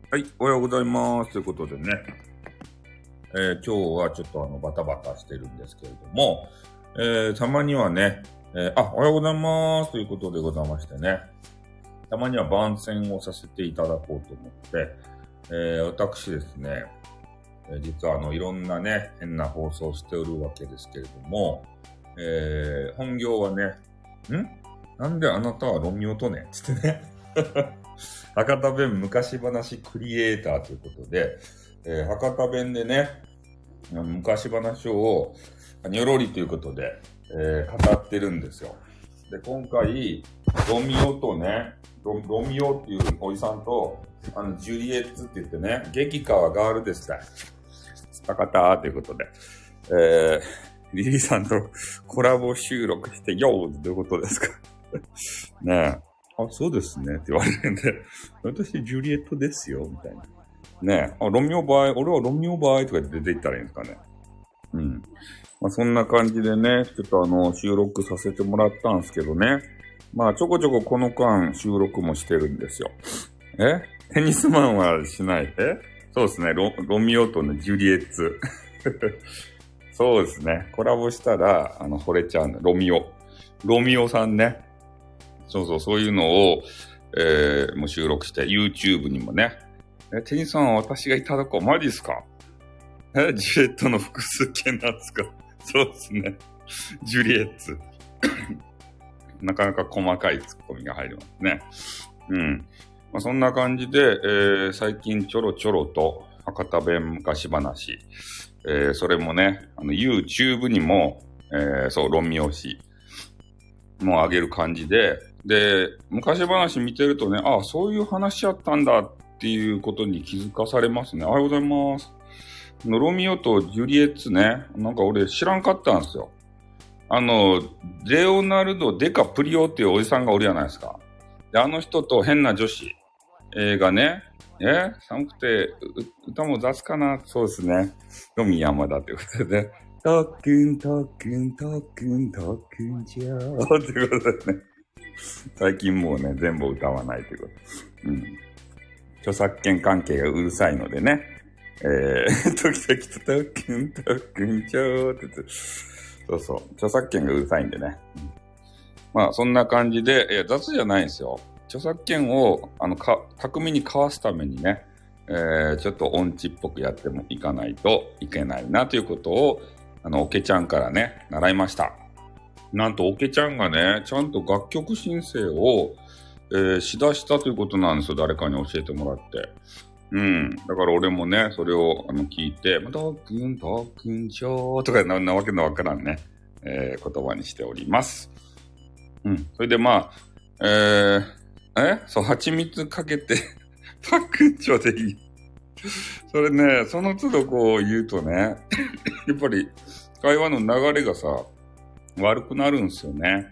はい、おはようございます。ということでね、今日はちょっとバタバタしてるんですけれども、たまにはね、おはようございます。ということでございましてね、たまには番宣をさせていただこうと思って、私ですね、実はいろんなね、変な放送をしておるわけですけれども、本業はね、なんであなたはロミオとねつってね、博多弁昔話クリエイターということで、博多弁でね、昔話をにょろりということで、語ってるんですよ。で、今回、ロミオとね、ロミオっていうおじさんと、ジュリエッツって言ってね、激川ガールですね。博多ということで、リリーさんとコラボ収録して、よーってどういうことですかねえ。そうですねって言われるんで、私ジュリエットですよ、みたいな。ねえ。ロミオバイ、俺はロミオバイとか出ていったらいいんですかね。まあそんな感じでね、ちょっと収録させてもらったんですけどね。まあちょこちょここの間収録もしてるんですよ。テニスマンはしない。そうですね。ロミオとね、ジュリエッツ。そうですね。コラボしたら、惚れちゃうの。ロミオさんね。そういうのを、もう収録して、YouTube にもね。テニスさんは私がいただこう。マジっすか？ジュリエットの複数形なんですか？そうですね。ジュリエッツ。なかなか細かいツッコミが入りますね。まあ、そんな感じで、最近ちょろちょろと博多弁昔話、それもね、YouTube にも、ロミオ氏も上げる感じで、で、昔話見てるとね、そういう話やったんだっていうことに気づかされますね。おはようございます。ロミオとジュリエッツね、なんか俺知らんかったんですよ。レオナルド・デカプリオっていうおじさんがおるじゃないですか。で、あの人と変な女子、がね、寒くて、歌も雑かな。そうですね。ロミ山田ということで、たっくんじゃーということでね。最近もうね、全部歌わないということ。著作権関係がうるさいのでね。時々とたっくんじゃーって言って。そう。著作権がうるさいんでね。まあ、そんな感じで、雑じゃないんですよ。著作権を、巧みにかわすためにね、ちょっと音痴っぽくやってもいかないといけないなということを、オケちゃんからね、習いました。なんと、オケちゃんがね、ちゃんと楽曲申請を、しだしたということなんですよ。誰かに教えてもらって。だから俺もね、それを聞いて、たっくんちょーとかなわけのわからんね、言葉にしております。それでまあ、蜂蜜かけて、パックンチョでいい。それね、その都度こう言うとね、やっぱり会話の流れがさ、悪くなるんですよね。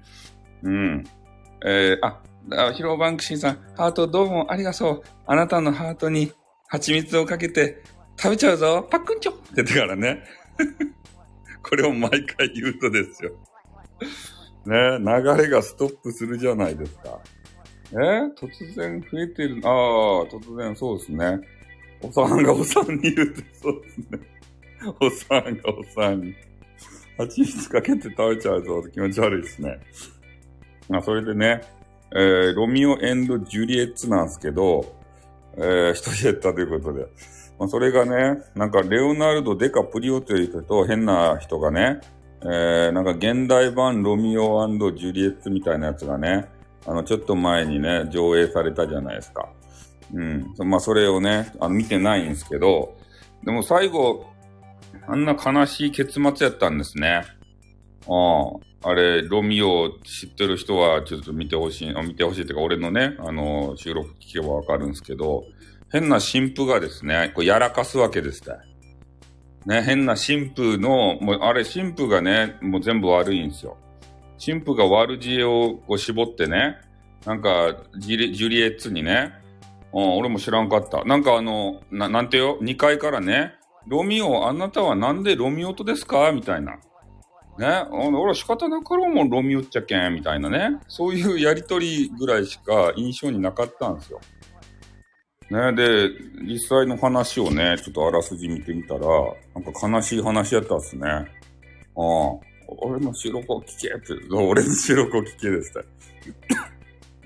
ヒロバンクシーさん、ハートどうもありがとう。あなたのハートに蜂蜜をかけて食べちゃうぞ。パックンチョって言ってからね。これを毎回言うとですよ。ね、流れがストップするじゃないですか。突然増えてる。突然そうですね。おさんがおさんに言うて、そうですね。おさんがおさんに。蜂蜜かけて食べちゃうぞって気持ち悪いですね。それでね、ロミオ&ジュリエッツなんですけど、一人やったということで。それがね、なんかレオナルド・デカプリオという人と変な人がね、なんか現代版ロミオ&ジュリエッツみたいなやつがね、ちょっと前にね、上映されたじゃないですか。それをね、見てないんですけど、でも最後、あんな悲しい結末やったんですね。あれ、ロミオ知ってる人はちょっと見てほしいっていうか、俺のね、収録聞けばわかるんですけど、変な神父がですね、こうやらかすわけですね。変な神父の、もうあれ神父がね、もう全部悪いんですよ。神父が悪知恵をこう絞ってね、なんかジュリエッツにね、俺も知らんかった。なんかなんてよ、2階からね、ロミオ、あなたはなんでロミオとですかみたいな。ね、俺は仕方なかろうもん、ロミオっちゃけん、みたいなね。そういうやりとりぐらいしか印象になかったんですよ。 ね、で、実際の話をね、ちょっとあらすじ見てみたら、なんか悲しい話やったっすね。ああ、俺の白子聞けって、俺の白子聞けですって。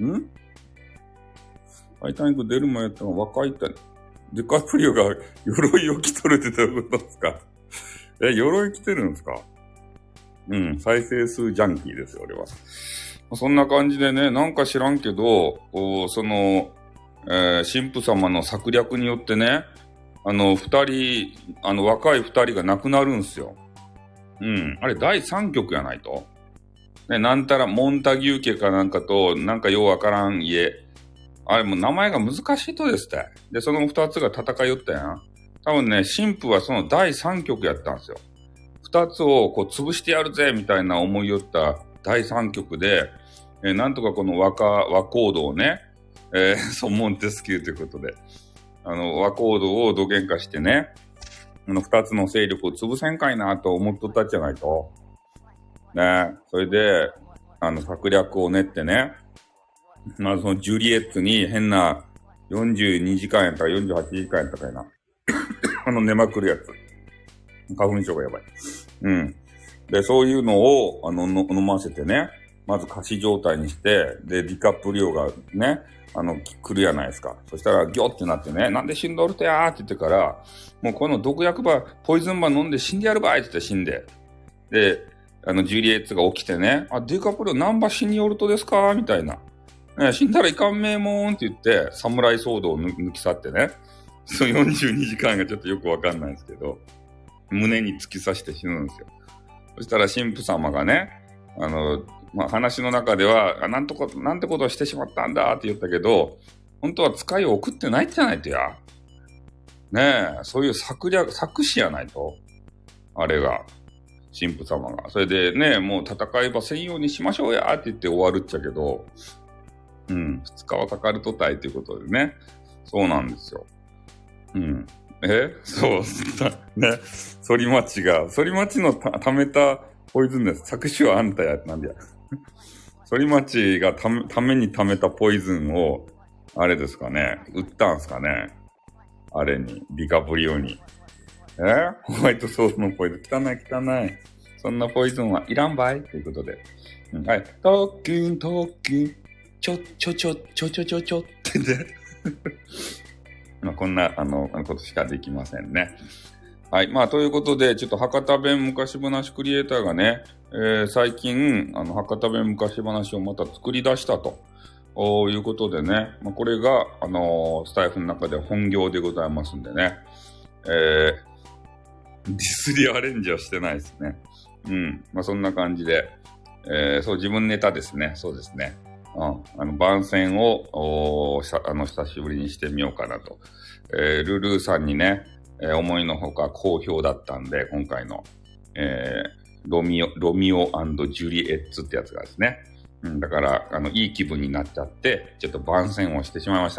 んタイタニック出る前やったの若いって、デカプリオが鎧を着とるってどういうことですか？鎧着てるんですか？再生数ジャンキーですよ、俺は。そんな感じでね、なんか知らんけど、神父様の策略によってね、若い二人が亡くなるんすよ。あれ第3局やないと。ね、なんたらモンタギュー家かなんかと、なんかようわからん家。あれもう名前が難しいとですって。で、その二つが戦いよったやん。多分ね、神父はその第3局やったんですよ。二つをこう潰してやるぜみたいな思いよった第3局で、なんとかこの和コードをね、ソモンテスキューということで、和コードを土幻化してね、二つの勢力を潰せんかいなと思っとったじゃないと。ね、それで、策略を練ってね、まずそのジュリエットに変な42時間やったか48時間やったかいな。寝まくるやつ。花粉症がやばい。で、そういうのを、飲ませてね、まず仮死状態にして、で、ディカプリオがね、来るやないですか。そしたら、ギョってなってね、なんで死んどるとやーって言ってから、もうこの毒薬ば、ポイズンば飲んで死んでやるばいって言って死んで。で、ジュリエッツが起きてね、ディカプリオ何ば死によるとですかみたいな。死んだらいかんめーもーんって言って、侍ソードを抜き去ってね、その42時間がちょっとよくわかんないんですけど、胸に突き刺して死ぬんですよ。そしたら神父様がね、話の中では、なんてことをしてしまったんだって言ったけど、本当は使いを送ってないじゃないとや。ねえ、そういう策士やないと。あれが、神父様が。それでね、もう戦えば専用にしましょうやって言って終わるっちゃけど、2日はかかるとたいということでね。そうなんですよ。そう、ね。反町の貯めたポイズンです。作詞はあんたや、なんでや。反町がために貯めたポイズンを、あれですかね、売ったんすかね。あれに、ディカプリオに。ホワイトソースのポイズン。汚い。そんなポイズンはいらんばいということで。はい。特訓、ちょってね。こんな、ことしかできませんね。はい。ということで、ちょっと博多弁昔話クリエイターがね、最近、博多弁昔話をまた作り出したということでね、これが、スタイフの中で本業でございますんでね、ディスりアレンジはしてないですね。そんな感じで、そう、自分ネタですね。そうですね。番宣を、久しぶりにしてみようかなと。ルルーさんにね、思いのほか好評だったんで、今回の、ロミオジュリエッツってやつがですね。だから、いい気分になっちゃって、ちょっと番宣をしてしまいました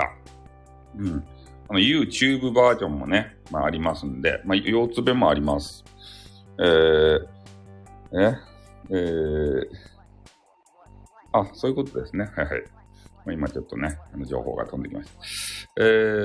。YouTube バージョンもね、ありますんで、四つ目もあります。そういうことですね。はい。今ちょっとね、情報が飛んできました。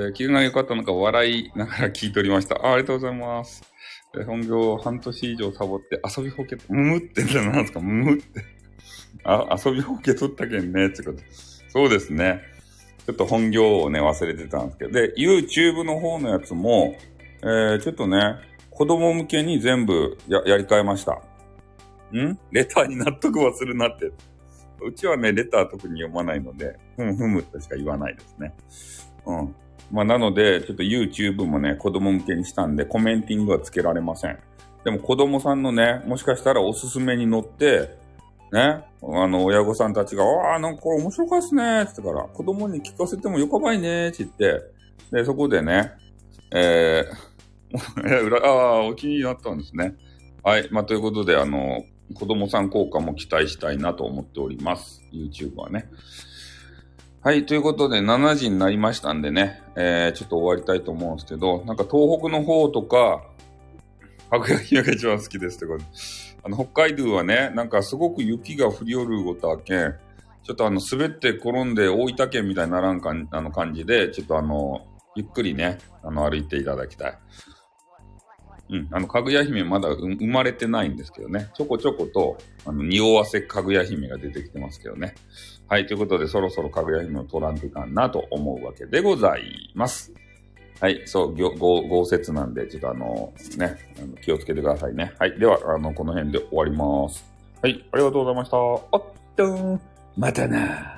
気分が良かったのか笑いながら聞いておりました。ありがとうございます。本業半年以上サボって遊びほけ、って何ですかって。遊びほけ取ったけんね、ってこと。そうですね。ちょっと本業をね、忘れてたんですけど。で、YouTube の方のやつも、ちょっとね、子供向けに全部やり替えました。レターに納得はするなって。うちはね、レター特に読まないので、ふむとしか言わないですね。なので、ちょっと YouTube もね、子供向けにしたんで、コメンティングはつけられません。でも子供さんのね、もしかしたらおすすめに載って、ね、親御さんたちが、なんかこれ面白かっすねって言ってから、子供に聞かせてもよかばいねって言って、で、そこでね、お気に入りになったんですね。はい。ということで、子供さん効果も期待したいなと思っております。YouTube はね。はい。ということで、7時になりましたんでね、ちょっと終わりたいと思うんですけど、なんか東北の方とか、白夜姫が一番好きですってことで。北海道はね、なんかすごく雪が降りよるごたけん、ちょっと滑って転んで大分県みたいにならん感じで、ちょっとゆっくりね、歩いていただきたい。かぐや姫まだ生まれてないんですけどね。ちょこちょこと、匂わせかぐや姫が出てきてますけどね。はい、ということで、そろそろかぐや姫を取らんといかんなと思うわけでございます。はい、そう、豪雪なんで、ちょっと気をつけてくださいね。はい、では、この辺で終わります。はい、ありがとうございました。あっ、またな。